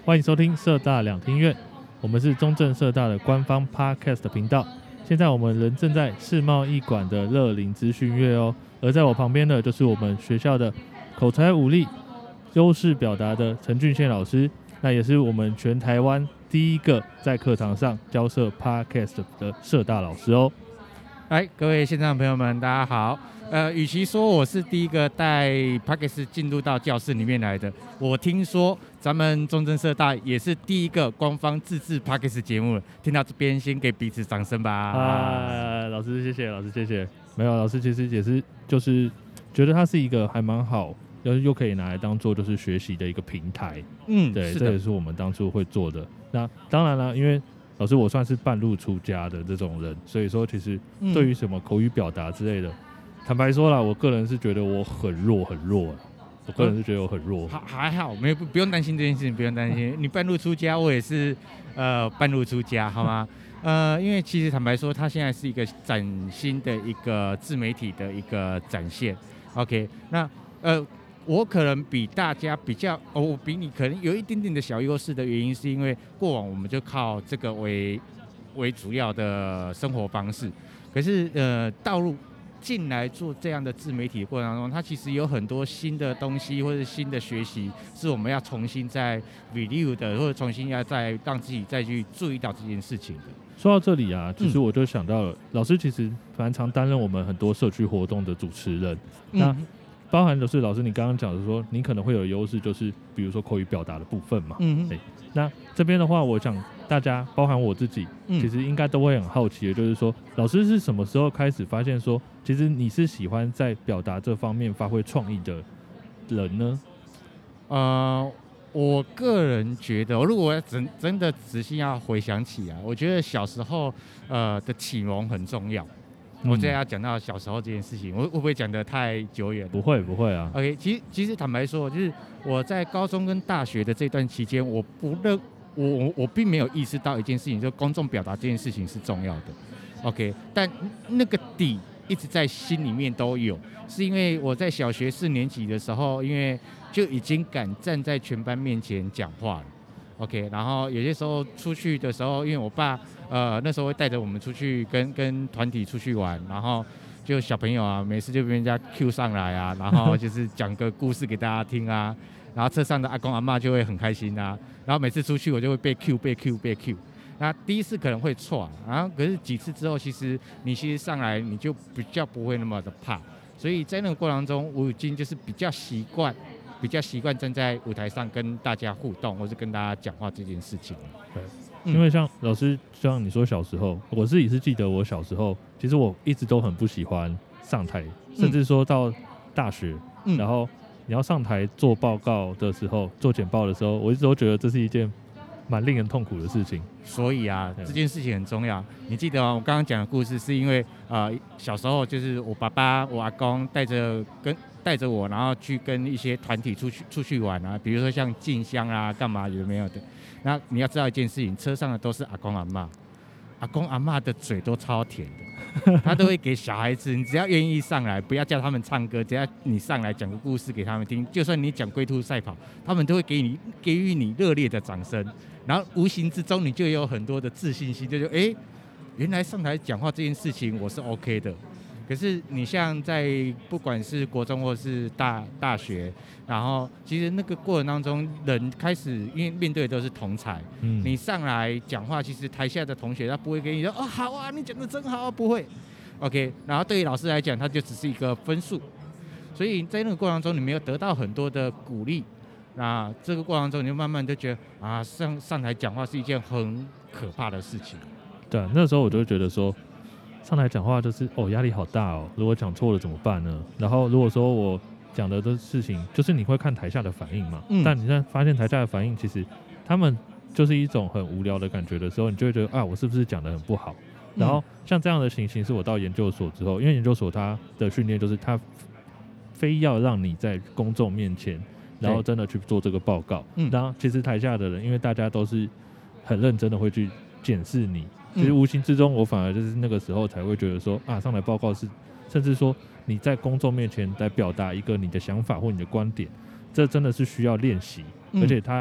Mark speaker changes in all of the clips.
Speaker 1: 欢迎收听社大两厅院，我们是中正社大的官方 Podcast 频道。现在我们人正在世贸艺馆的乐龄资讯月哦，而在我旁边的就是我们学校的口才五力优势表达的陈俊宪老师，那也是我们全台湾第一个在课堂上教授 Podcast 的社大老师哦。
Speaker 2: 各位线上朋友们，大家好。与其说我是第一个带 Podcast 进入到教室里面来的，我听说咱们中正社大也是第一个官方自制 Podcast 节目了。听到这边，先给彼此掌声吧。
Speaker 1: 老师谢谢，老师谢谢。没有，老师其实也是就是觉得它是一个还蛮好，又可以拿来当做就是学习的一个平台。对，这也是我们当初会做的。那当然了，因为老师我算是半路出家的这种人，所以说其实对于什么口语表达之类的，坦白说啦，我个人是觉得我很弱啊。我个人是觉得我很弱。
Speaker 2: 还好，不用担心这件事情，不用担心。你半路出家，我也是半路出家，好吗？因为其实坦白说，它现在是一个崭新的一个自媒体的一个展现。OK， 那我可能比大家我比你可能有一点点的小优势的原因，是因为过往我们就靠这个为主要的生活方式，可是道路进来做这样的自媒体的过程当中，它其实有很多新的东西或者新的学习，是我们要重新再 review 的，或者重新要再让自己再去注意到这件事情的。
Speaker 1: 说到这里啊，其实我就想到了，老师其实蛮常担任我们很多社区活动的主持人。那包含的是老师你刚刚讲的说，你可能会有优势，就是比如说口语表达的部分嘛。那这边的话，我想大家包含我自己，其实应该都会很好奇的，就是说老师是什么时候开始发现说，其实你是喜欢在表达这方面发挥创意的人呢？
Speaker 2: 我个人觉得，如果真的仔细要回想起来，我觉得小时候的启蒙很重要。我现在要讲到小时候这件事情，我会不会讲得太久远？
Speaker 1: 不会啊。
Speaker 2: OK， 其实坦白说，就是我在高中跟大学的这段期间，我并没有意识到一件事情，就是公众表达这件事情是重要的。OK， 但那个底一直在心里面都有，是因为我在小学4年级的时候，因为就已经敢站在全班面前讲话了。OK， 然后有些时候出去的时候，因为我爸那时候会带着我们出去跟团体出去玩，然后就小朋友啊，每次就被人家 Q 上来啊，然后就是讲个故事给大家听啊，然后车上的阿公阿嬷就会很开心啊，然后每次出去我就会被 Q。那第一次可能会错，然后可是几次之后，其实上来你就比较不会那么的怕，所以在那个过程中，我已经就是比较习惯站在舞台上跟大家互动，或是跟大家讲话这件事情。
Speaker 1: 对，因为像老师，像你说小时候，我自己是记得我小时候，其实我一直都很不喜欢上台，甚至说到大学，然后你要上台做报告的时候，做简报的时候，我一直都觉得这是一件蛮令人痛苦的事情。
Speaker 2: 所以啊，这件事情很重要。你记得吗？我刚刚讲的故事是因为小时候就是我爸爸、我阿公带着我，然后去跟一些团体出去玩啊，比如说像进香啊、干嘛有没有的。那你要知道一件事情，车上的都是阿公阿嬷，阿公阿嬷的嘴都超甜的，他都会给小孩子，你只要愿意上来，不要叫他们唱歌，只要你上来讲个故事给他们听，就算你讲龟兔赛跑，他们都会给予你热烈的掌声，然后无形之中你就有很多的自信心，原来上台讲话这件事情我是 OK 的。可是你像在不管是国中或是大学，然后其实那个过程当中，人开始因为面对的都是同侪，你上来讲话，其实台下的同学他不会跟你说好啊，你讲的真好啊，不会 ，OK。然后对于老师来讲，他就只是一个分数，所以在那个过程当中，你没有得到很多的鼓励，那这个过程中你就慢慢就觉得上台讲话是一件很可怕的事情。
Speaker 1: 对，那时候我就会觉得说，上台讲话就是压力好大哦，如果讲错了怎么办呢？然后如果说我讲的这事情，就是你会看台下的反应嘛，但你在发现台下的反应其实他们就是一种很无聊的感觉的时候，你就会觉得我是不是讲的很不好？然后像这样的情形是我到研究所之后，因为研究所它的训练就是它非要让你在公众面前，然后真的去做这个报告，然后其实台下的人因为大家都是很认真的会去检视你，其实无形之中我反而就是那个时候才会觉得说上来报告是，甚至说你在公众面前来表达一个你的想法或你的观点，这真的是需要练习，而且它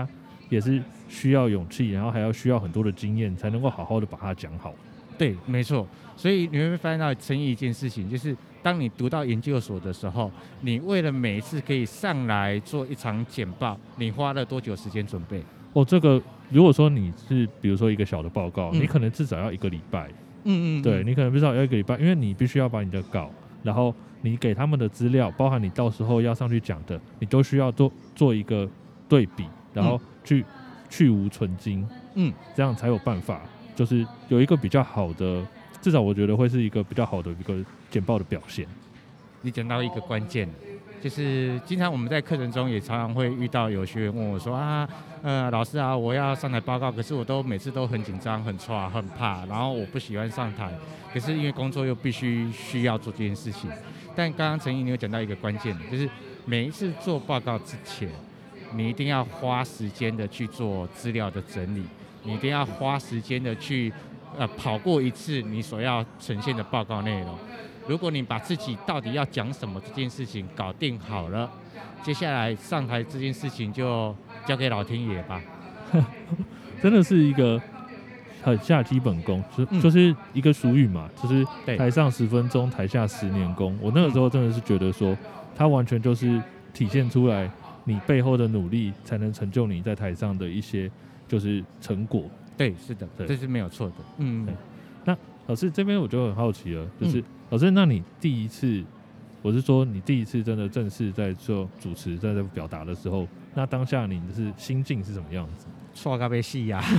Speaker 1: 也是需要勇气，然后还要需要很多的经验，才能够好好的把它讲好。
Speaker 2: 对，没错。所以你会发现到成毅一件事情，就是当你读到研究所的时候，你为了每一次可以上来做一场简报，你花了多久时间准备？
Speaker 1: 这个如果说你是比如说一个小的报告，你可能至少要1个礼拜。对，你可能至少要1个礼拜，因为你必须要把你的稿，然后你给他们的资料，包含你到时候要上去讲的，你都需要做一个对比，然后去无存菁，这样才有办法，就是有一个比较好的，至少我觉得会是一个比较好的一个简报的表现。
Speaker 2: 你讲到一个关键，就是经常我们在课程中也常常会遇到有学员问我说老师啊，我要上台报告，可是我每次都很紧张、很挫、很怕，然后我不喜欢上台，可是因为工作又需要做这件事情。但刚刚陈毅你有讲到一个关键，就是每一次做报告之前，你一定要花时间的去做资料的整理，你一定要花时间的去跑过一次你所要呈现的报告内容。如果你把自己到底要讲什么这件事情搞定好了，接下来上台这件事情就交给老天爷吧。
Speaker 1: 真的是一个很下基本功，就是一个俗语嘛，就是台上10分钟，台下10年功。我那个时候真的是觉得说，它完全就是体现出来你背后的努力，才能成就你在台上的一些就是成果。
Speaker 2: 对，是的，这是没有错的。
Speaker 1: 那老师这边我就很好奇了，就是老师，那你第一次，我是说你第一次真的正式在做主持，在表达的时候，那当下你的心境是什么样子？
Speaker 2: 错到被戏呀！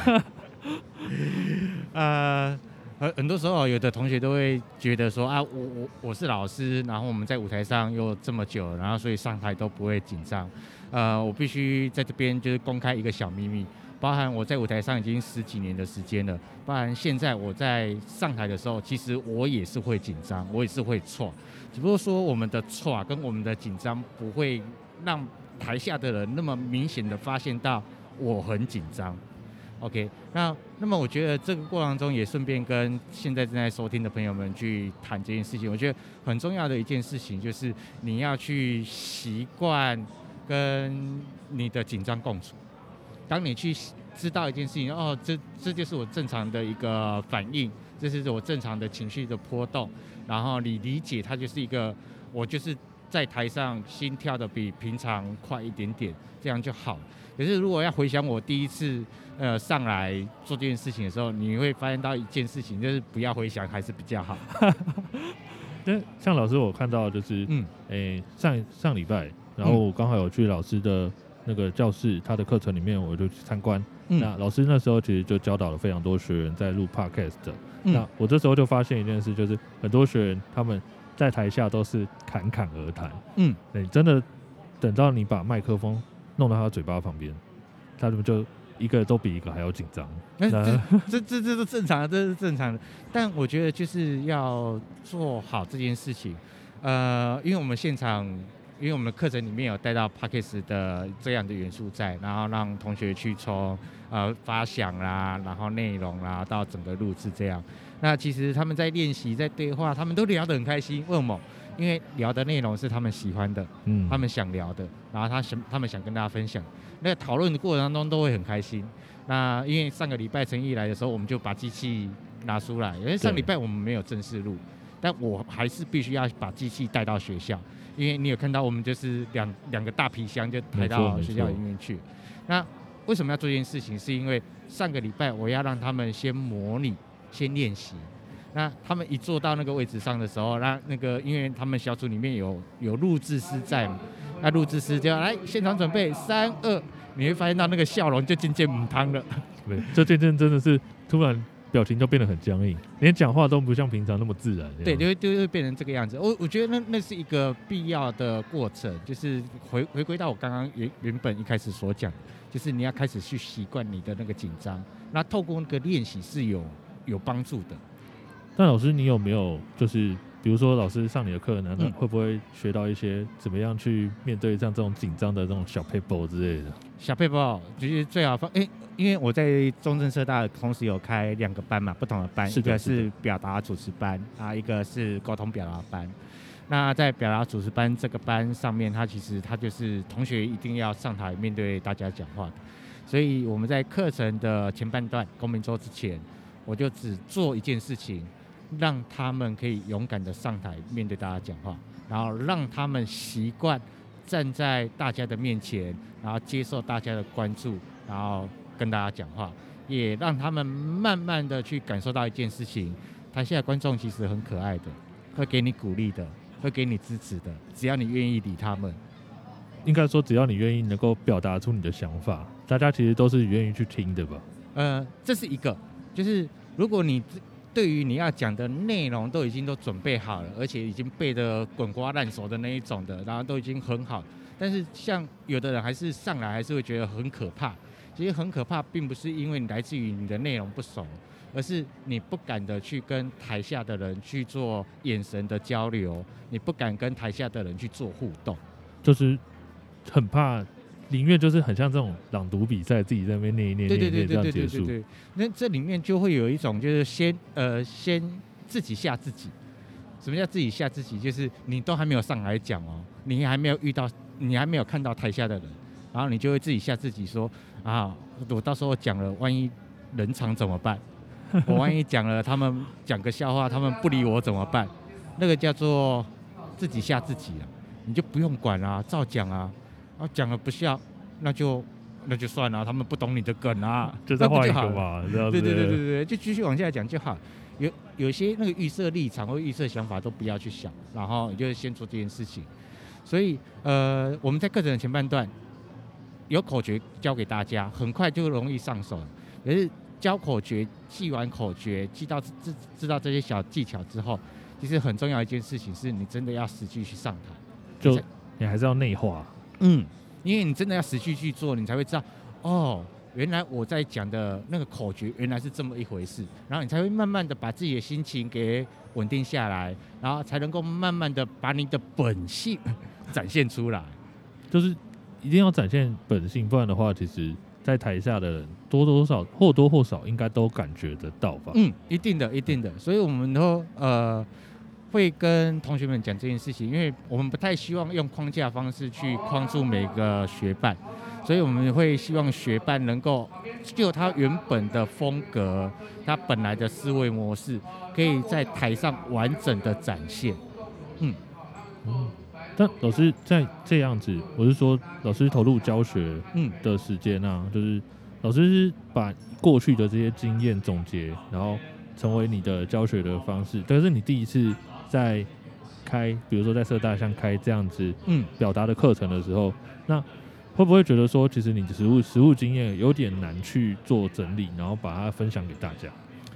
Speaker 2: 很多时候有的同学都会觉得说我是老师，然后我们在舞台上又这么久，然后所以上台都不会紧张。我必须在这边就是公开一个小秘密。包含我在舞台上已经10几年的时间了，包含现在我在上台的时候，其实我也是会紧张，我也是会错，只不过说我们的错跟我们的紧张不会让台下的人那么明显的发现到我很紧张。OK， 那么我觉得这个过程中也顺便跟现在正在收听的朋友们去谈这件事情。我觉得很重要的一件事情就是你要去习惯跟你的紧张共处。当你去知道一件事情，这就是我正常的一个反应，这是我正常的情绪的波动，然后你理解它就是一个，我就是在台上心跳的比平常快一点点，这样就好。可是如果要回想我第一次上来做这件事情的时候，你会发现到一件事情，就是不要回想还是比较好。
Speaker 1: 像老师我看到就是上礼拜，然后我刚好有去老师的那个教室，他的课程里面我就去参观。那老师那时候其实就教导了非常多学员在录 podcast 的。那我这时候就发现一件事，就是很多学员他们在台下都是侃侃而谈。你真的等到你把麦克风弄到他嘴巴旁边，他们就一个都比一个还要紧张。
Speaker 2: 这是正常的，这是正常的。但我觉得就是要做好这件事情。因为我们现场。因为我们的课程里面有带到 Podcast 的这样的元素在，然后让同学去从发想啦，然后内容啦，到整个录制这样。那其实他们在练习、在对话，他们都聊得很开心。为什么？因为聊的内容是他们喜欢的，他们想聊的，然后他们想跟大家分享。那个讨论的过程当中都会很开心。那因为上个礼拜陈毅来的时候，我们就把机器拿出来，因为上礼拜我们没有正式录，但我还是必须要把机器带到学校。因为你有看到我们就是两个大皮箱就抬到学校里面去。那为什么要做这件事情？是因为上个礼拜我要让他们先模拟、先练习。那他们一坐到那个位置上的时候，那个因为他们小组里面有录制师在嘛，那录制师就要来现场准备3、2，你会发现到那个笑容就渐渐母汤了。
Speaker 1: 对，这渐渐真的是突然。表情就变得很僵硬，连讲话都不像平常那么自然。
Speaker 2: 对，就会变成这个样子。我觉得那是一个必要的过程，就是回归到我刚刚原本一开始所讲，就是你要开始去习惯你的那个紧张。那透过那个练习是有帮助的。
Speaker 1: 那老师，你有没有就是比如说老师上你的课呢，会不会学到一些怎么样去面对像这种紧张的这种小撇步之类的？
Speaker 2: 小撇步就是最好因为我在中正社大同时有开2个班嘛，不同的班，一个是表达主持班啊，一个是沟通表达班。那在表达主持班这个班上面，它就是同学一定要上台面对大家讲话的， 所以我们在课程的前半段公民周之前，我就只做一件事情，让他们可以勇敢的上台面对大家讲话，然后让他们习惯站在大家的面前，然后接受大家的关注，然后跟大家讲话，也让他们慢慢的去感受到一件事情，台下的观众其实很可爱的，会给你鼓励的，会给你支持的，只要你愿意理他们。
Speaker 1: 应该说，只要你愿意能够表达出你的想法，大家其实都是愿意去听的吧？
Speaker 2: 这是一个，就是如果你对于你要讲的内容都准备好了，而且已经背得滚瓜烂熟的那一种的，然后都已经很好，但是像有的人还是上来还是会觉得很可怕。其实很可怕，并不是因为你来自于你的内容不熟，而是你不敢的去跟台下的人去做眼神的交流，你不敢跟台下的人去做互动，
Speaker 1: 就是很怕，宁愿就是很像这种朗读比赛，自己在那边念一念，念一念这样结束。
Speaker 2: 对，那这里面就会有一种就是先自己吓自己。什么叫自己吓自己？就是你都还没有上来讲哦，你还没有看到台下的人，然后你就会自己吓自己说啊，我到时候讲了，万一人场怎么办？我万一讲了，他们讲个笑话，他们不理我怎么办？那个叫做自己吓自己啊，你就不用管啊，照讲啊。然后讲了不笑，那就算了，他们不懂你的梗啊，
Speaker 1: 就再换一个嘛，
Speaker 2: 对，就继续往下讲就好。有一些那个预设立场或预设想法都不要去想，然后你就先做这件事情。所以我们在课程的前半段有口诀教给大家，很快就容易上手。可是教口诀、记完口诀、知道这些小技巧之后，其实很重要一件事情是你真的要实际去上台，
Speaker 1: 就你还是要内化。
Speaker 2: 因为你真的要实际去做，你才会知道哦，原来我在讲的那个口诀原来是这么一回事，然后你才会慢慢的把自己的心情给稳定下来，然后才能够慢慢的把你的本性展现出来。
Speaker 1: 就是一定要展现本性，不然的话，其实在台下的人或多或少应该都感觉得到吧？
Speaker 2: 一定的。所以我们都会跟同学们讲这件事情，因为我们不太希望用框架方式去框住每个学伴，所以我们会希望学伴能够就他原本的风格，他本来的思维模式，可以在台上完整的展现。
Speaker 1: 但老师在这样子，我是说老师投入教学的时间啊，就是老师是把过去的这些经验总结，然后成为你的教学的方式。但是你第一次在开，比如说在社大像开这样子表达的课程的时候，那会不会觉得说，其实你的实务经验有点难去做整理，然后把它分享给大家？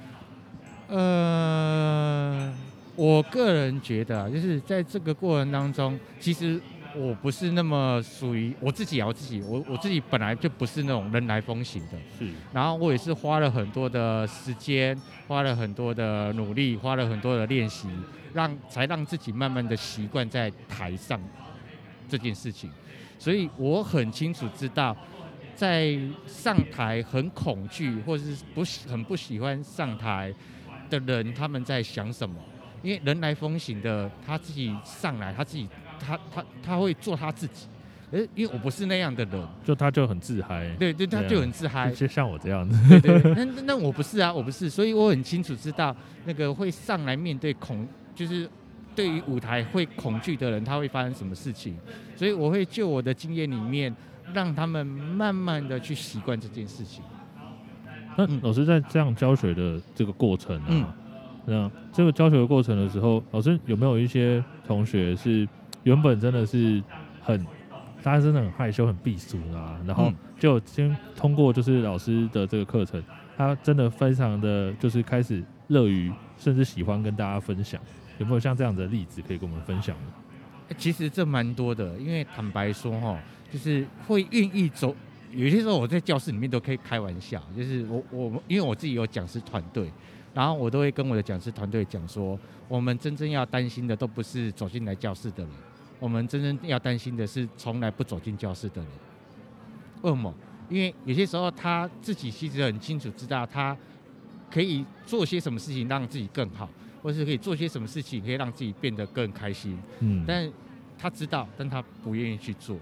Speaker 2: 我个人觉得，就是在这个过程当中，其实我不是那么属于我自己本来就不是那种人来疯型的，
Speaker 1: 是。
Speaker 2: 然后我也是花了很多的时间，花了很多的努力，花了很多的练习，才让自己慢慢的习惯在台上这件事情。所以我很清楚知道，在上台很恐惧，或者是很不喜欢上台的人，他们在想什么？因为人来疯型的，他自己上来，他会做他自己。因为我不是那样的人，
Speaker 1: 他就很自嗨。
Speaker 2: 对，他就很自嗨，
Speaker 1: 就像我这样子。
Speaker 2: 对，那我不是啊，我不是，所以我很清楚知道，那个会上来面对就是对于舞台会恐惧的人，他会发生什么事情。所以我会就我的经验里面，让他们慢慢的去习惯这件事情。
Speaker 1: 那老师在这样教学的这个过程啊，那这个教学的过程的时候，老师有没有一些同学是原本真的是大家真的很害羞、很避俗啊，然后就先通过就是老师的这个课程，他真的非常的就是开始乐于甚至喜欢跟大家分享，有没有像这样的例子可以跟我们分享呢？
Speaker 2: 其实这蛮多的，因为坦白说就是会愿意走。有些时候我在教室里面都可以开玩笑，就是我因为我自己有讲师团队，然后我都会跟我的讲师团队讲说，我们真正要担心的都不是走进来教室的人，我们真正要担心的是从来不走进教室的人。为什么？因为有些时候他自己其实很清楚知道他可以做些什么事情让自己更好，或是可以做些什么事情可以让自己变得更开心。但他知道，但他不愿意去做。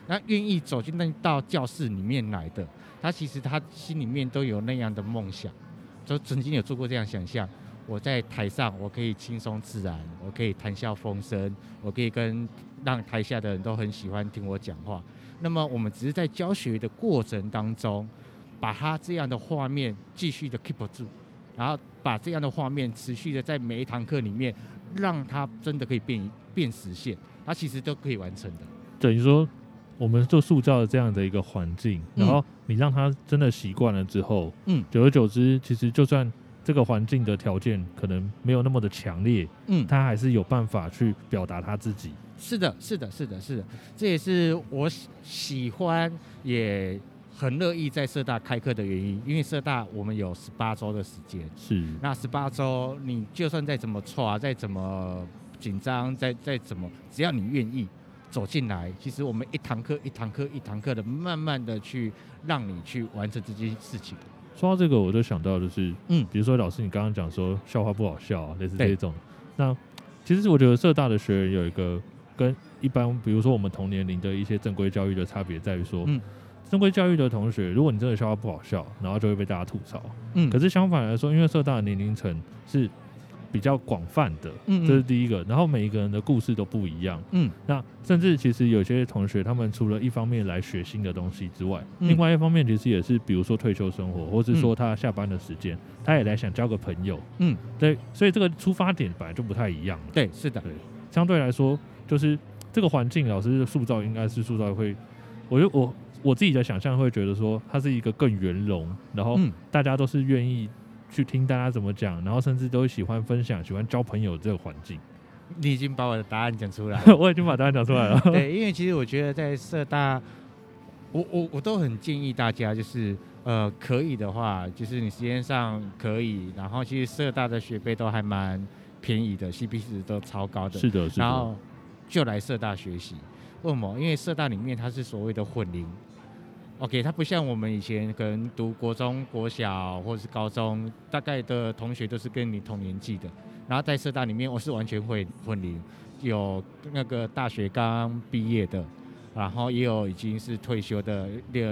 Speaker 2: 那愿意走进到教室里面来的，他其实他心里面都有那样的梦想，就曾经有做过这样想象。我在台上，我可以轻松自然，我可以谈笑风生，我可以让台下的人都很喜欢听我讲话。那么我们只是在教学的过程当中，把他这样的画面继续的 keep 住，然后把这样的画面持续的在每一堂课里面，让他真的可以变实现，他其实都可以完成的。
Speaker 1: 等于说，我们就塑造了这样的一个环境，然后你让他真的习惯了之后，久而久之，其实就算这个环境的条件可能没有那么的强烈，他还是有办法去表达他自己。
Speaker 2: 是的，这也是我喜欢也很乐意在社大开课的原因，因为社大我们有18周的时间，
Speaker 1: 是
Speaker 2: 那18周你就算再怎么挫，再怎么紧张，再怎么，只要你愿意走进来，其实我们一堂课的慢慢的去让你去完成这件事情。
Speaker 1: 说到这个，我就想到就是，比如说老师你刚刚讲说笑话不好笑啊，类似这种。那其实我觉得社大的学员有一个跟一般，比如说我们同年龄的一些正规教育的差别在于说，正规教育的同学，如果你真的笑话不好笑，然后就会被大家吐槽。可是相反来说，因为社大的年龄层是比较广泛的，这是第一个。然后每一个人的故事都不一样，那甚至其实有些同学，他们除了一方面来学新的东西之外，另外一方面其实也是，比如说退休生活，或是说他下班的时间，他也来想交个朋友，对，所以这个出发点本来就不太一样。
Speaker 2: 对，是的，
Speaker 1: 对，相对来说，就是这个环境，老师的塑造应该是塑造会，我自己的想象会觉得说，它是一个更圆融，然后大家都是愿意去听大家怎么讲，然后甚至都喜欢分享、喜欢交朋友这个环境。
Speaker 2: 你已经把我的答案讲出来了。
Speaker 1: 我已经把答案讲出来了。
Speaker 2: 对，因为其实我觉得在社大，我都很建议大家，就是可以的话，就是你时间上可以，然后其实社大的学费都还蛮便宜的 ，CP 值都超高的。
Speaker 1: 是的，是的。
Speaker 2: 然后就来社大学习，为什么？因为社大里面它是所谓的混龄。OK， 它不像我们以前可能读国中、国小或者是高中，大概的同学都是跟你同年纪的。然后在社大里面，我是完全混龄，有那个大学刚毕业的，然后也有已经是退休的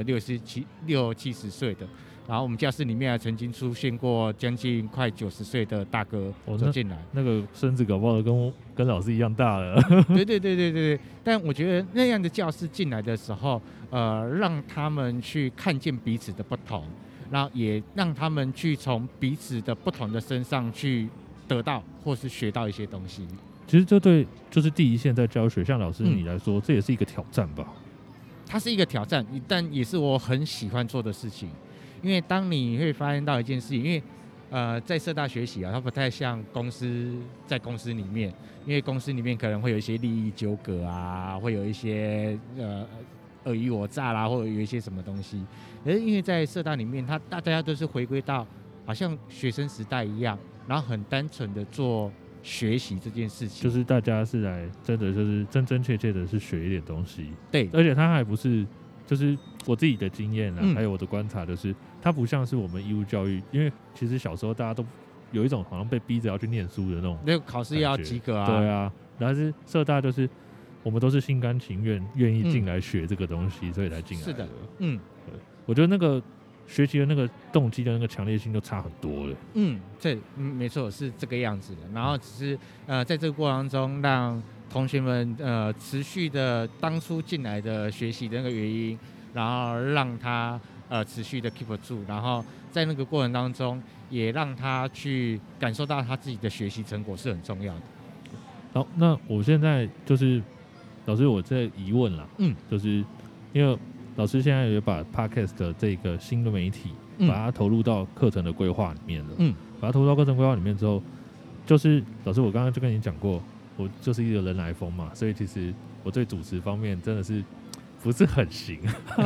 Speaker 2: 60-70岁的。然后我们教室里面还曾经出现过将近快90岁的大哥走进来，
Speaker 1: 那个身子搞不好跟老师一样大了。
Speaker 2: 对。但我觉得那样的教室进来的时候，让他们去看见彼此的不同，然后也让他们去从彼此的不同的身上去得到或是学到一些东西。
Speaker 1: 其实这对就是第一线在教学，像老师你来说，这也是一个挑战吧？
Speaker 2: 它是一个挑战，但也是我很喜欢做的事情。因为当你会发现到一件事情，因为在社大学习啊，它不太像在公司里面，因为公司里面可能会有一些利益纠葛啊，会有一些尔虞我诈啦，或者有一些什么东西。而因为在社大里面，大家都是回归到好像学生时代一样，然后很单纯的做学习这件事情，
Speaker 1: 就是大家是来真的就是真切的是学一点东西。
Speaker 2: 对，
Speaker 1: 而且他还不是。就是我自己的经验还有我的观察，就是它不像是我们义务教育，因为其实小时候大家都有一种好像被逼着要去念书的那种
Speaker 2: 考试要及格啊，
Speaker 1: 对啊。然后是社大，就是我们都是心甘情愿愿意进来学这个东西，所以才进来的。
Speaker 2: 是的，
Speaker 1: 对，我觉得那个学习的那个动机的那个强烈性就差很多了。
Speaker 2: 没错，是这个样子的。然后只是在这个过程中让同学们持续的当初进来的学习的那个原因，然后让他持续的 keep 住，然后在那个过程当中也让他去感受到他自己的学习成果是很重要的。
Speaker 1: 好，那我现在就是老师，我在疑问啦，就是因为老师现在也把 Podcast 的这个新的媒体，把它投入到课程的规划里面了，把它投入到课程规划里面之后，就是老师我刚刚就跟你讲过。我就是一个人来疯嘛，所以其实我对主持方面真的是不是很行。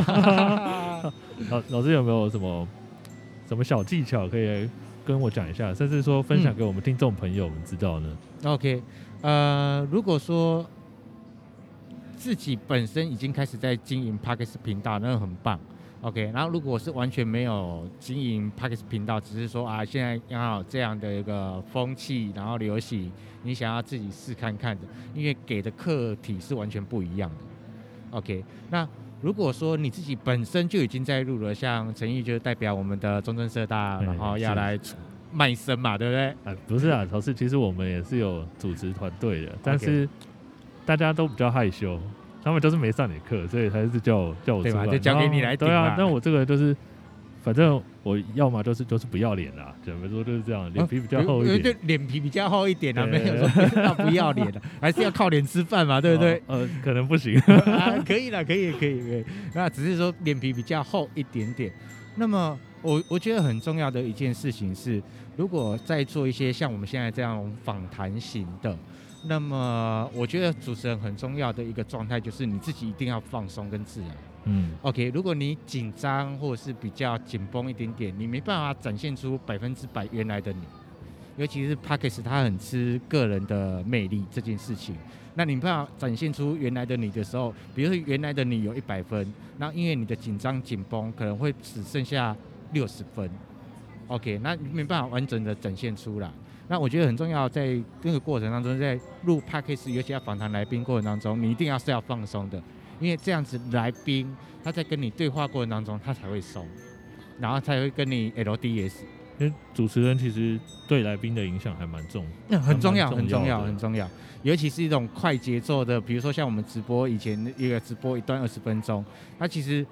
Speaker 1: 老师有没有什么小技巧可以跟我讲一下，甚至说分享给我们听众朋友们知道呢
Speaker 2: ？OK， 如果说自己本身已经开始在经营 Podcast 频道，那很棒。OK， 然后如果是完全没有经营 Podcast 频道，只是说现在刚好这样的一个风气，然后流行，你想要自己试看看的，因为给的课题是完全不一样的。 OK， 那如果说你自己本身就已经在录了，像陈毅就是代表我们的中正社大，然后要来卖身嘛，对不对？
Speaker 1: 不是啊，老师，其实我们也是有主持团队的，但是大家都比较害羞，他们就是没上你课，所以还是叫我出来，
Speaker 2: 就交给你来顶嘛。
Speaker 1: 对啊，那我这个就是，反正我要么就是不要脸啦，怎么说就是这样，脸皮比较厚一点，
Speaker 2: 脸皮比较厚一点啊，没有说不要脸的，还是要靠脸吃饭嘛，对不对？
Speaker 1: 可能不行
Speaker 2: 可以了，可以，那只是说脸皮比较厚一点点。那么我觉得很重要的一件事情是，如果在做一些像我们现在这样访谈型的。那么，我觉得主持人很重要的一个状态就是你自己一定要放松跟自然。OK， 如果你紧张或者是比较紧绷一点点，你没办法展现出100%原来的你。尤其是 Podcast 它很吃个人的魅力这件事情，那你没办法展现出原来的你的时候，比如说原来的你有100分，那因为你的紧张紧绷可能会只剩下60分。OK， 那你没办法完整的展现出来。那我觉得很重要，在这个过程当中，在录 Podcast 尤其要访谈来宾过程当中，你一定是要放松的，因为这样子来宾他在跟你对话过程当中，他才会松，然后才会跟你 LDS。
Speaker 1: 因为主持人其实对来宾的影响还蛮重，
Speaker 2: 很重要，尤其是一种快节奏的，比如说像我们直播以前一个直播一段20分钟，那其实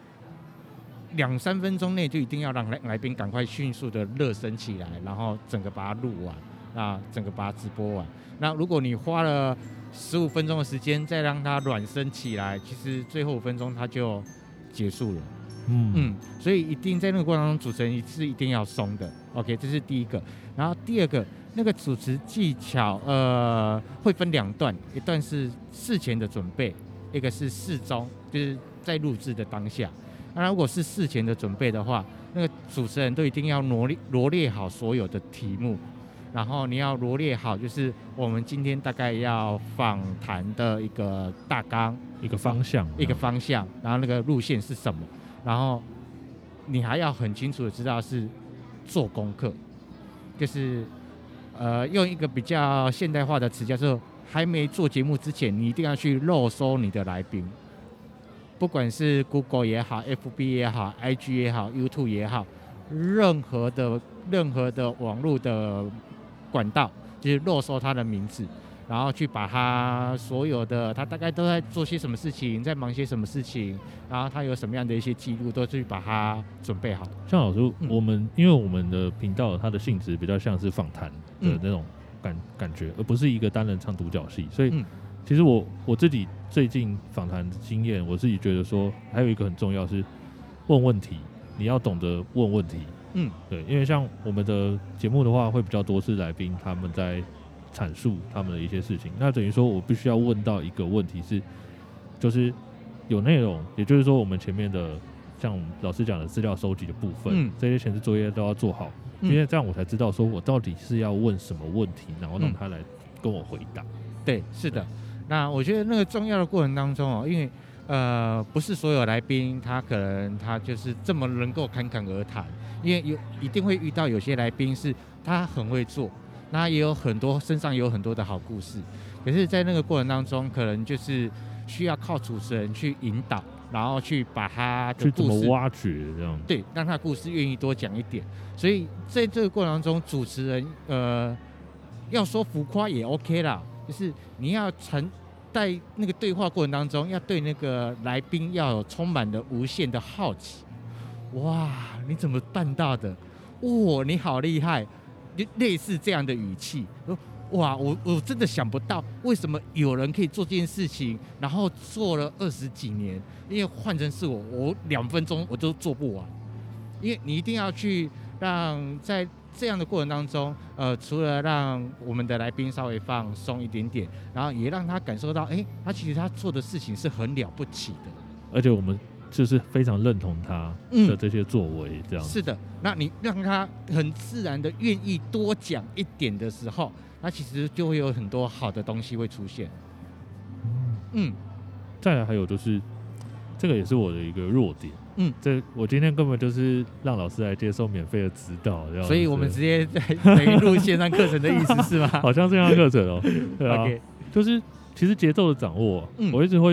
Speaker 2: 2-3分钟内就一定要让来宾赶快迅速的热身起来，然后整个把它录完。整个把它直播完。那如果你花了15分钟的时间再让它软身起来，其实最后5分钟它就结束了。所以一定在那个过程当中，主持人是一定要松的。OK， 这是第一个。然后第二个，那个主持技巧会分2段，一段是事前的准备，一个是事中，就是在录制的当下。那如果是事前的准备的话，那个主持人都一定要罗列好所有的题目。然后你要罗列好，就是我们今天大概要访谈的一个大纲、
Speaker 1: 一个方向，
Speaker 2: 然后那个路线是什么，然后你还要很清楚的知道是做功课，就是用一个比较现代化的词叫做，还没做节目之前，你一定要去肉搜你的来宾，不管是 Google 也好、FB 也好、IG 也好、YouTube 也好，任何的网络的管道，就是肉搜他的名字，然后去把他所有的他大概都在做些什么事情，在忙些什么事情，然后他有什么样的一些记录，都去把它准备好。
Speaker 1: 像老师，因为我们的频道它的性质比较像是访谈的那种感觉，而不是一个单人唱独角戏，所以其实我自己最近访谈的经验，我自己觉得说还有一个很重要是问问题，你要懂得问问题。对，因为像我们的节目的话，会比较多是来宾他们在阐述他们的一些事情，那等于说我必须要问到一个问题是，就是有内容，也就是说我们前面的像老师讲的资料收集的部分，这些前置作业都要做好，因为这样我才知道说我到底是要问什么问题，然后让他来跟我回答。
Speaker 2: 对，是的。那我觉得那个重要的过程当中因为不是所有来宾他可能他就是这么能够侃侃而谈。因为一定会遇到有些来宾是他很会做，那也有很多身上有很多的好故事，可是在那个过程当中可能就是需要靠主持人去引导，然后去把他的故事
Speaker 1: 去怎么挖掘这样，
Speaker 2: 对，让他的故事愿意多讲一点。所以在这个过程当中，主持人要说浮夸也 OK 啦，就是你要在那个对话过程当中，要对那个来宾要有充满了无限的好奇。哇，你怎么办到的？哇，你好厉害！类似这样的语气，哇，我真的想不到，为什么有人可以做这件事情，然后做了20几年？因为换成是我2分钟我都做不完。因为你一定要去让在这样的过程当中，除了让我们的来宾稍微放松一点点，然后也让他感受到，他其实他做的事情是很了不起的，
Speaker 1: 而且我们就是非常认同他的这些作为，这样
Speaker 2: 是的。那你让他很自然的愿意多讲一点的时候，那其实就会有很多好的东西会出现。
Speaker 1: 再来还有就是，这个也是我的一个弱点。这我今天根本就是让老师来接受免费的指导，
Speaker 2: 所以我们直接等于录线上课程的意思是吗？
Speaker 1: 好像线上课程对啊，
Speaker 2: okay.
Speaker 1: 就是其实节奏的掌握，我一直会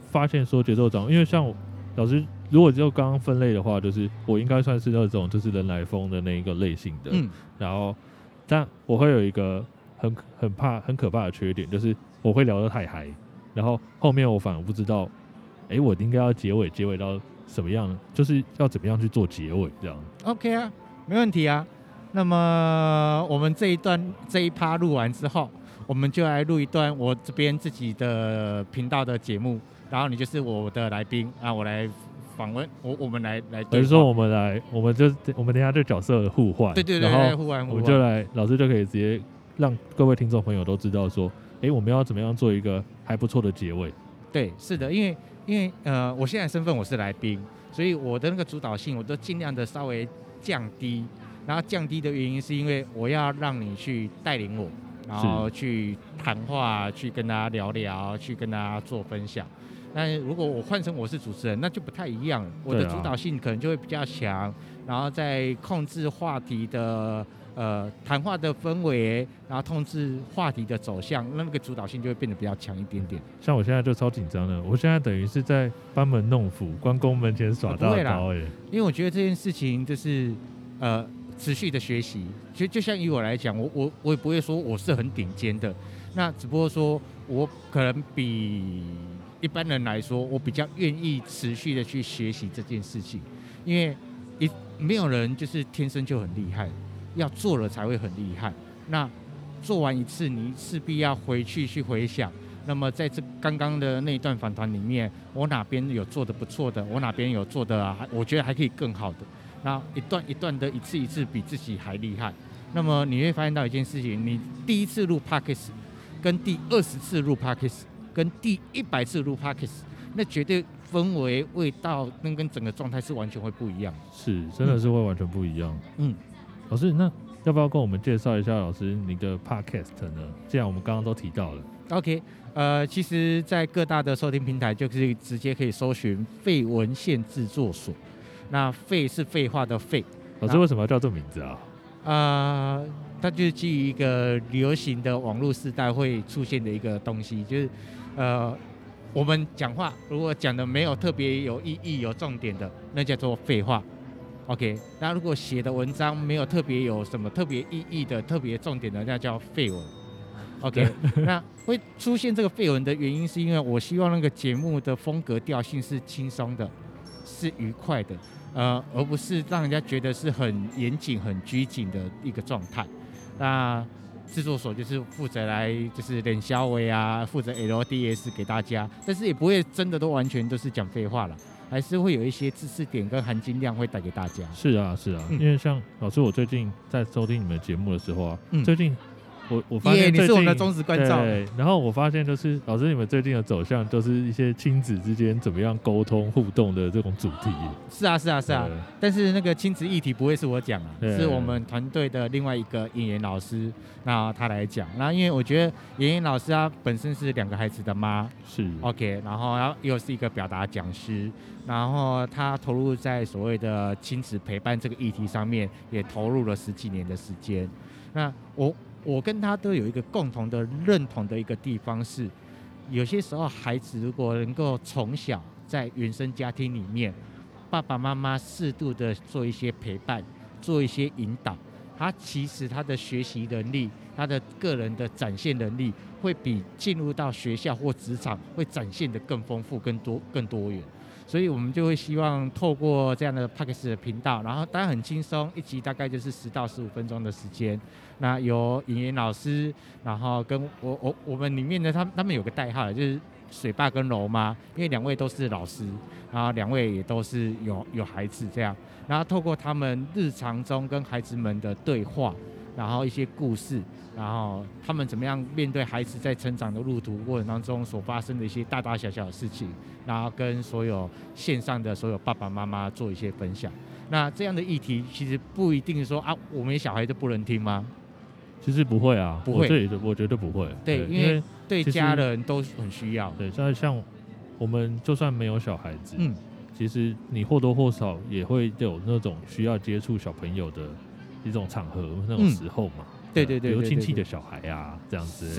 Speaker 1: 发现说节奏掌握，因为像老师如果就刚刚分类的话，就是我应该算是那种就是人来疯的那一个类型的，然后但我会有一个很可怕的缺点，就是我会聊得太嗨，然后后面我反而不知道，我应该要结尾到什么样，就是要怎么样去做结尾这样。
Speaker 2: OK 啊，没问题啊。那么我们这一趴录完之后，我们就来录一段我这边自己的频道的节目，然后你就是我的来宾啊，我来访问我们来对话。
Speaker 1: 比如说我们等一下就角色互换，
Speaker 2: 对，
Speaker 1: 然后
Speaker 2: 互换，
Speaker 1: 我们就老师就可以直接让各位听众朋友都知道说，我们要怎么样做一个还不错的结尾。
Speaker 2: 对，是的，因为我现在身份我是来宾，所以我的那个主导性我都尽量的稍微降低。然后降低的原因是因为我要让你去带领我，然后去谈话，去跟大家聊聊，去跟大家做分享。但如果我换成我是主持人，那就不太一样了。我的主导性可能就会比较强，然后在控制话题的谈话的氛围，然后控制话题的走向，那个主导性就会变得比较强一点点。
Speaker 1: 像我现在就超紧张的，我现在等于是在班门弄斧，关公门前耍大刀
Speaker 2: 因为我觉得这件事情就是持续的学习，就像以我来讲，我也不会说我是很顶尖的，那只不过说我可能比一般人来说，我比较愿意持续的去学习这件事情，因为没有人就是天生就很厉害，要做了才会很厉害。那做完一次，你势必要回去回想。那么在这刚刚的那一段访谈里面，我哪边有做的不错的，我哪边有做的我觉得还可以更好的。那一段一段的，一次一次比自己还厉害。那么你会发现到一件事情，你第一次录 Podcast 跟第20次录 Podcast 跟第100次录 Podcast， 那绝对氛围、味道跟整个状态是完全会不一样。
Speaker 1: 是，真的是会完全不一样。老师，那要不要跟我们介绍一下老师你的 Podcast 呢？既然我们刚刚都提到了。
Speaker 2: OK， 其实在各大的收听平台就是直接可以搜寻废文献制作所。那废是废话的废，
Speaker 1: 老师为什么要叫这名字啊？
Speaker 2: 它就是基于一个流行的网络时代会出现的一个东西，就是我们讲话如果讲的没有特别有意义、有重点的，那叫做废话。OK， 那如果写的文章没有特别有什么特别意义的、特别重点的，那叫废文。OK， 那会出现这个废文的原因，是因为我希望那个节目的风格调性是轻松的，是愉快的。而不是让人家觉得是很严谨、很拘谨的一个状态。那制作所就是负责来就是练消维啊，负责 LDS 给大家，但是也不会真的都完全都是讲废话了，还是会有一些知识点跟含金量会带给大家。
Speaker 1: 是啊，因为像老师，我最近在收听你们节目的时候啊，最近我发现
Speaker 2: 你是我们的忠实观众。
Speaker 1: 对，然后我发现就是老师你们最近的走向，就是一些亲子之间怎么样沟通互动的这种主题。
Speaker 2: 是啊，但是那个亲子议题不会是我讲啊，是我们团队的另外一个演员老师，那他来讲。那因为我觉得演员老师他本身是2个孩子的妈，
Speaker 1: 是
Speaker 2: OK， 然后他又是一个表达讲师，然后他投入在所谓的亲子陪伴这个议题上面，也投入了10几年的时间。那我跟他都有一个共同的认同的一个地方是，有些时候孩子如果能够从小在原生家庭里面，爸爸妈妈适度的做一些陪伴，做一些引导，他其实他的学习能力，他的个人的展现能力，会比进入到学校或职场会展现得更丰富、更多元。所以我们就会希望透过这样的 Podcast 的频道，然后当然很轻松，一集大概就是10到15分钟的时间。那由演员老师，然后跟我们里面的他们有个代号，就是水爸跟柔妈，因为2位都是老师，然后2位也都是有孩子这样，然后透过他们日常中跟孩子们的对话，然后一些故事，然后他们怎么样面对孩子在成长的路途过程当中所发生的一些大大小小的事情，然后跟所有线上的所有爸爸妈妈做一些分享。那这样的议题其实不一定说我们小孩就不能听吗？
Speaker 1: 其实不会啊，
Speaker 2: 不会，
Speaker 1: 我觉得不会。
Speaker 2: 对，因为对家人都很需要。
Speaker 1: 对，像我们就算没有小孩子，其实你或多或少也会有那种需要接触小朋友的一种场合，那种时候嘛。
Speaker 2: 对，
Speaker 1: 比如亲戚的小孩啊，这样子。
Speaker 2: 是的，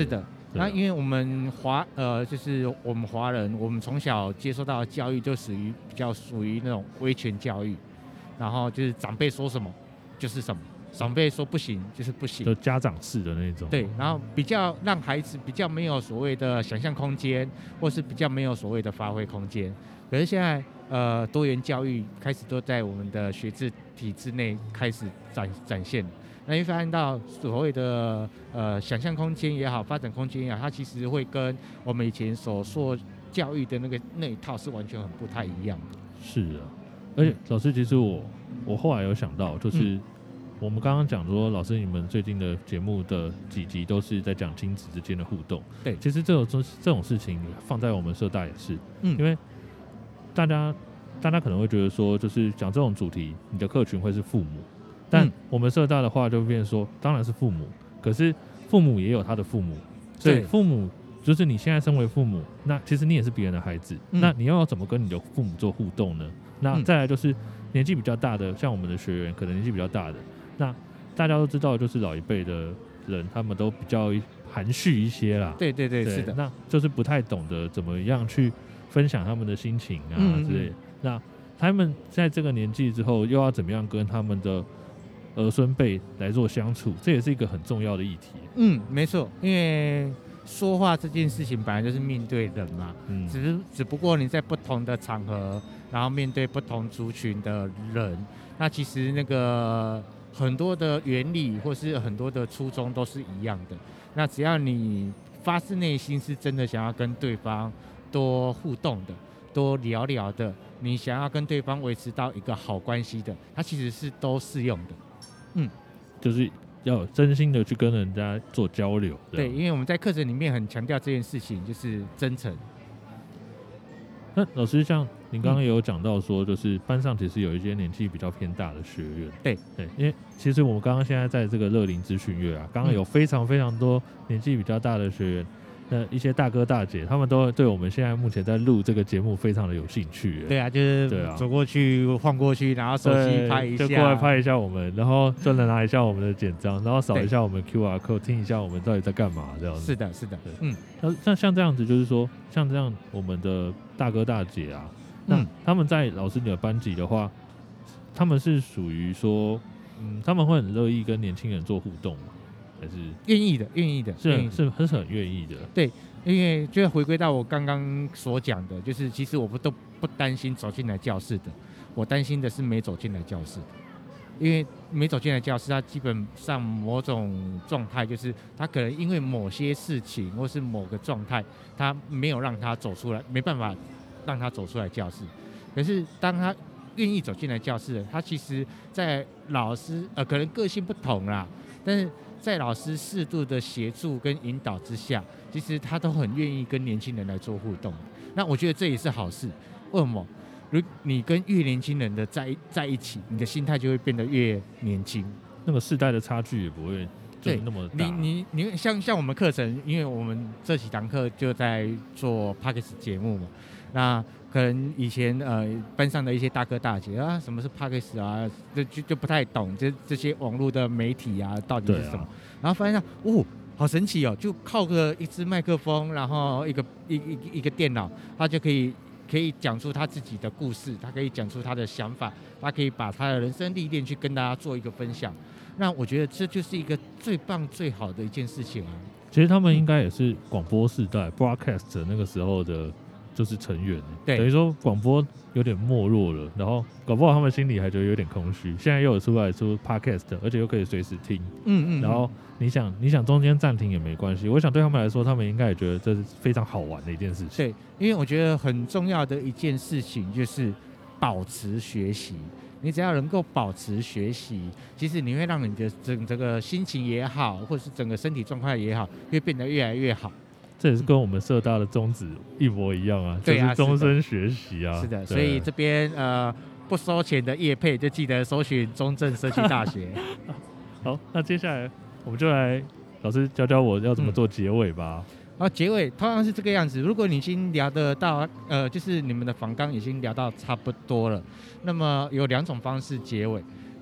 Speaker 2: 那因为我们就是我们华人，我们从小接受到的教育就比较属于那种威权教育，然后就是长辈说什么就是什么，长辈说不行就是不行，
Speaker 1: 就家长式的那种。
Speaker 2: 对，然后比较让孩子比较没有所谓的想象空间，或是比较没有所谓的发挥空间。可是现在多元教育开始都在我们的学制体制内开始展现。那你会发现到所谓的想象空间也好，发展空间也好，它其实会跟我们以前所说教育的那一套是完全很不太一样的。
Speaker 1: 是啊，而且老师，其实我后来有想到，就是我们刚刚讲说，老师你们最近的节目的几集都是在讲亲子之间的互动。
Speaker 2: 对，
Speaker 1: 其实这种事情放在我们社大也是，因为大家可能会觉得说，就是讲这种主题，你的客群会是父母。但我们社大的话就变成说，当然是父母，可是父母也有他的父母，所以父母就是你现在身为父母，那其实你也是别人的孩子，那你要怎么跟你的父母做互动呢？那再来就是年纪比较大的，像我们的学员可能年纪比较大的，那大家都知道，就是老一辈的人他们都比较含蓄一些啦，
Speaker 2: 对，是的，
Speaker 1: 那就是不太懂得怎么样去分享他们的心情啊之类的。那他们在这个年纪之后，又要怎么样跟他们的儿孙辈来做相处，这也是一个很重要的议题。
Speaker 2: 没错，因为说话这件事情本来就是面对人嘛，只不过你在不同的场合，然后面对不同族群的人，那其实那个很多的原理或是很多的初衷都是一样的。那只要你发自内心是真的想要跟对方多互动的，多聊聊的，你想要跟对方维持到一个好关系的，它其实是都适用的。
Speaker 1: 就是要真心的去跟人家做交流。
Speaker 2: 对，因为我们在课程里面很强调这件事情，就是真诚。
Speaker 1: 那老师，像您刚刚也有讲到说，就是班上其实有一些年纪比较偏大的学员。
Speaker 2: 对，
Speaker 1: 因为其实我们刚刚现在在这个乐龄资讯月啊，刚刚有非常非常多年纪比较大的学员。那一些大哥大姐，他们都对我们现在目前在录这个节目非常的有兴趣。
Speaker 2: 对啊，就是走过去晃过去，然后手机拍一下，
Speaker 1: 就过来拍一下我们，然后专门拿一下我们的简章，然后扫一下我们 QR code， 听一下我们到底在干嘛这样子。
Speaker 2: 是的，
Speaker 1: 像这样子，就是说像这样我们的大哥大姐啊，那他们在老师你的班级的话，他们是属于说，他们会很乐意跟年轻人做互动吗？还是
Speaker 2: 愿意的，
Speaker 1: 是很愿意的。
Speaker 2: 对，因为就回归到我刚刚所讲的，就是其实我都不担心走进来教室的，我担心的是没走进来教室的。因为没走进来教室，他基本上某种状态就是他可能因为某些事情或是某个状态，他没有让他走出来，没办法让他走出来教室。可是当他愿意走进来教室的，他其实在老师可能个性不同啦，但是在老师适度的协助跟引导之下，其实他都很愿意跟年轻人来做互动。那我觉得这也是好事。为什么？如你跟越年轻人的在一起，你的心态就会变得越年轻，
Speaker 1: 那个世代的差距也不会就那么大。
Speaker 2: 你像我们课程，因为我们这几堂课就在做 Podcast 节目嘛，那可能以前班上的一些大哥大姐啊，什么是 Podcast 啊，就不太懂这些网络的媒体啊到底是什么，然后发现到好神奇哦，就靠个一支麦克风，然后一个电脑，他就可以讲出他自己的故事，他可以讲出他的想法，他可以把他的人生历练去跟大家做一个分享。那我觉得这就是一个最棒最好的一件事情啊。
Speaker 1: 其实他们应该也是广播世代 broadcast 那个时候的就是成员，等于说广播有点没落了，然后搞不好他们心里还觉得有点空虚，现在又有出 podcast， 而且又可以随时听，然后你想中间暂停也没关系，我想对他们来说，他们应该也觉得这是非常好玩的一件事情。
Speaker 2: 对，因为我觉得很重要的一件事情就是保持学习。你只要能够保持学习，其实你会让你的整个心情也好，或者是整个身体状况也好，会变得越来越好。
Speaker 1: 这也是跟我们社大的宗旨一模一样啊，就是终身学习啊。
Speaker 2: 是的，所以这边不收钱的业配就记得搜寻中正社区大学。
Speaker 1: 好，那接下来我们就来老师教我要怎么做结尾吧。
Speaker 2: 结尾通常是这个样子。如果你已经聊得到，就是你们的访纲已经聊到差不多了，那么有2种方式结尾。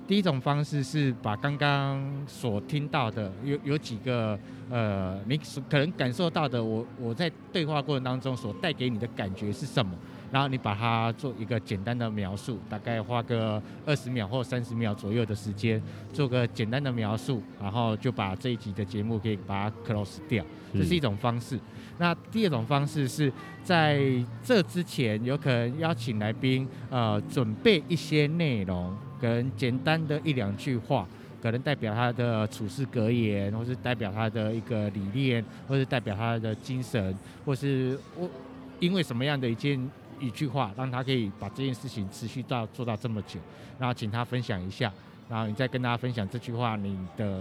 Speaker 2: 第一种方式是把刚刚所听到的有几个你可能感受到的，我在对话过程当中所带给你的感觉是什么，然后你把它做一个简单的描述，大概花个20秒或30秒左右的时间，做个简单的描述，然后就把这一集的节目可以把它 close 掉，这是一种方式。那第二种方式是在这之前，有可能邀请来宾准备一些内容，跟简单的1-2句话，可能代表他的处事格言，或是代表他的一个理念，或是代表他的精神，或是因为什么样的一句话，让他可以把这件事情持续做到这么久，然后请他分享一下，然后你再跟大家分享这句话你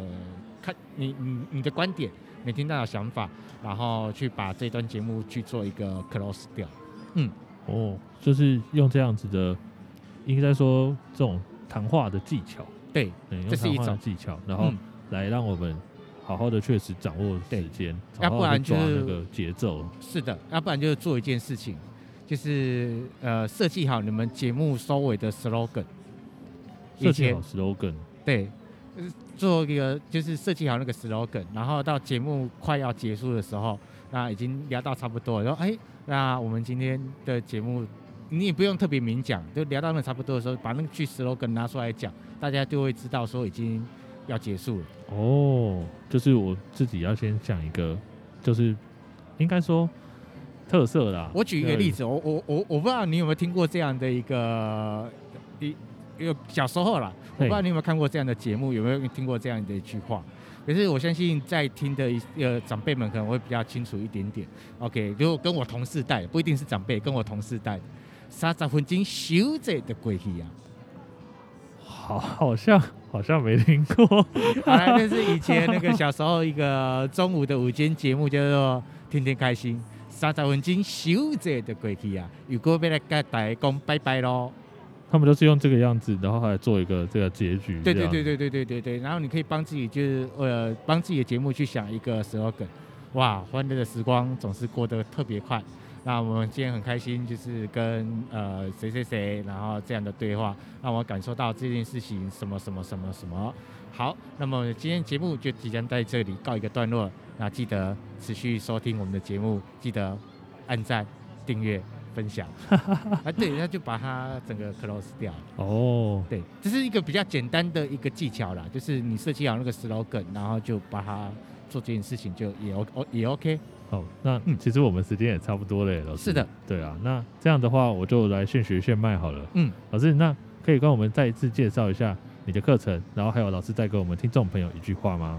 Speaker 2: 的观点，你听到的想法，然后去把这段节目去做一个 close 掉。
Speaker 1: 就是用这样子的，应该说这种谈话的技巧，
Speaker 2: 对，这是一种
Speaker 1: 技巧，然后来让我们好好的确实掌握时间，
Speaker 2: 要不然就是
Speaker 1: 那个节奏。是
Speaker 2: 的，要不然就是做一件事情，就是设计好你们节目收尾的 slogan，
Speaker 1: 设计好 slogan，
Speaker 2: 对，做一个就是设计好那个 slogan， 然后到节目快要结束的时候，那已经聊到差不多了，然后那我们今天的节目你也不用特别明讲，就聊到那差不多的时候，把那个句 slogan 拿出来讲，大家就会知道说已经要结束了。
Speaker 1: 就是我自己要先讲一个，就是应该说特色啦。
Speaker 2: 我举一个例子，我不知道你有没有听过这样的一个小时候啦，我不知道你有没有看过这样的节目，有没有听过这样的一句话？可是我相信在听的长辈们可能会比较清楚一点点。OK， 就跟我同世代，不一定是长辈，跟我同世代，30分钟收这的过去啊。
Speaker 1: 好像没听过。
Speaker 2: 好啦，这是以前那个小时候一个中午的午间节目，叫做《天天开心》，30分钟收这的过去啊。如果要来跟大家讲拜拜咯。
Speaker 1: 他们都是用这个样子，然后还做一个这个结局。
Speaker 2: 对。然后你可以帮自己帮自己的节目去想一个 slogan。哇，欢乐的时光总是过得特别快。那我们今天很开心，就是跟谁，然后这样的对话，让我感受到这件事情什么。好，那么今天节目就即将在这里告一个段落。那记得持续收听我们的节目，记得按赞、订阅。分享对，那就把它整个 close 掉对，这是一个比较简单的一个技巧啦，就是你设计好那个 slogan， 然后就把它做这件事情就也 OK。
Speaker 1: 好，那其实我们时间也差不多了耶，老师。
Speaker 2: 是的，
Speaker 1: 对啊，那这样的话我就来现学现卖好了。老师，那可以跟我们再一次介绍一下你的课程，然后还有老师再给我们听众朋友一句话吗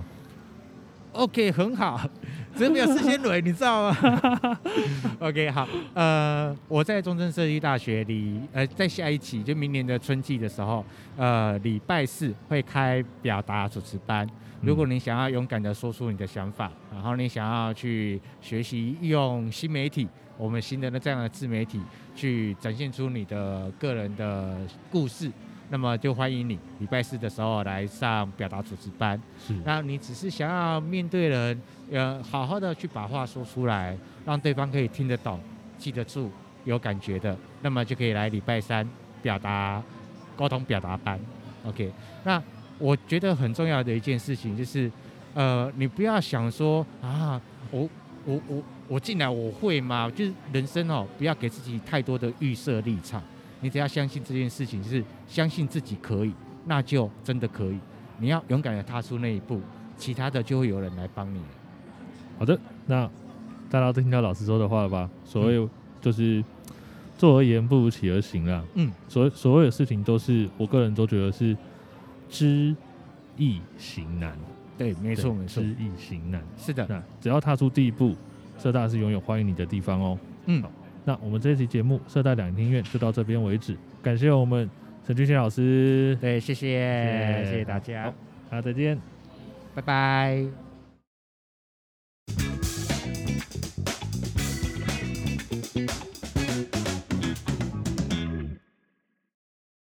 Speaker 2: ？OK， 很好，只是没有事先蕊，你知道吗？OK， 好，我在中正设计大学在下一期就明年的春季的时候，礼拜4会开表达主持班。如果你想要勇敢的说出你的想法，然后你想要去学习用新媒体，我们新的这样的自媒体去展现出你的个人的故事。那么就欢迎你礼拜4的时候来上表达主持班。那你只是想要面对人，好好的去把话说出来，让对方可以听得懂、记得住、有感觉的，那么就可以来礼拜3沟通表达班。OK， 那我觉得很重要的一件事情就是，你不要想说啊，我进来我会吗？就是人生不要给自己太多的预设立场。你只要相信这件事情，就是相信自己可以，那就真的可以。你要勇敢的踏出那一步，其他的就会有人来帮你了。
Speaker 1: 好的，那大家都听到老师说的话了吧？所谓就是做而言不如起而行啦。所有的事情都是我个人都觉得是知易行难。
Speaker 2: 对，没错，
Speaker 1: 知易行难。
Speaker 2: 是的，
Speaker 1: 那只要踏出第一步，社大是永远欢迎你的地方哦。好，那我们这一期节目社大两厅院就到这边为止，感谢我们陈俊宪老师。
Speaker 2: 对，谢谢大家。
Speaker 1: 好，再见，
Speaker 2: 拜拜。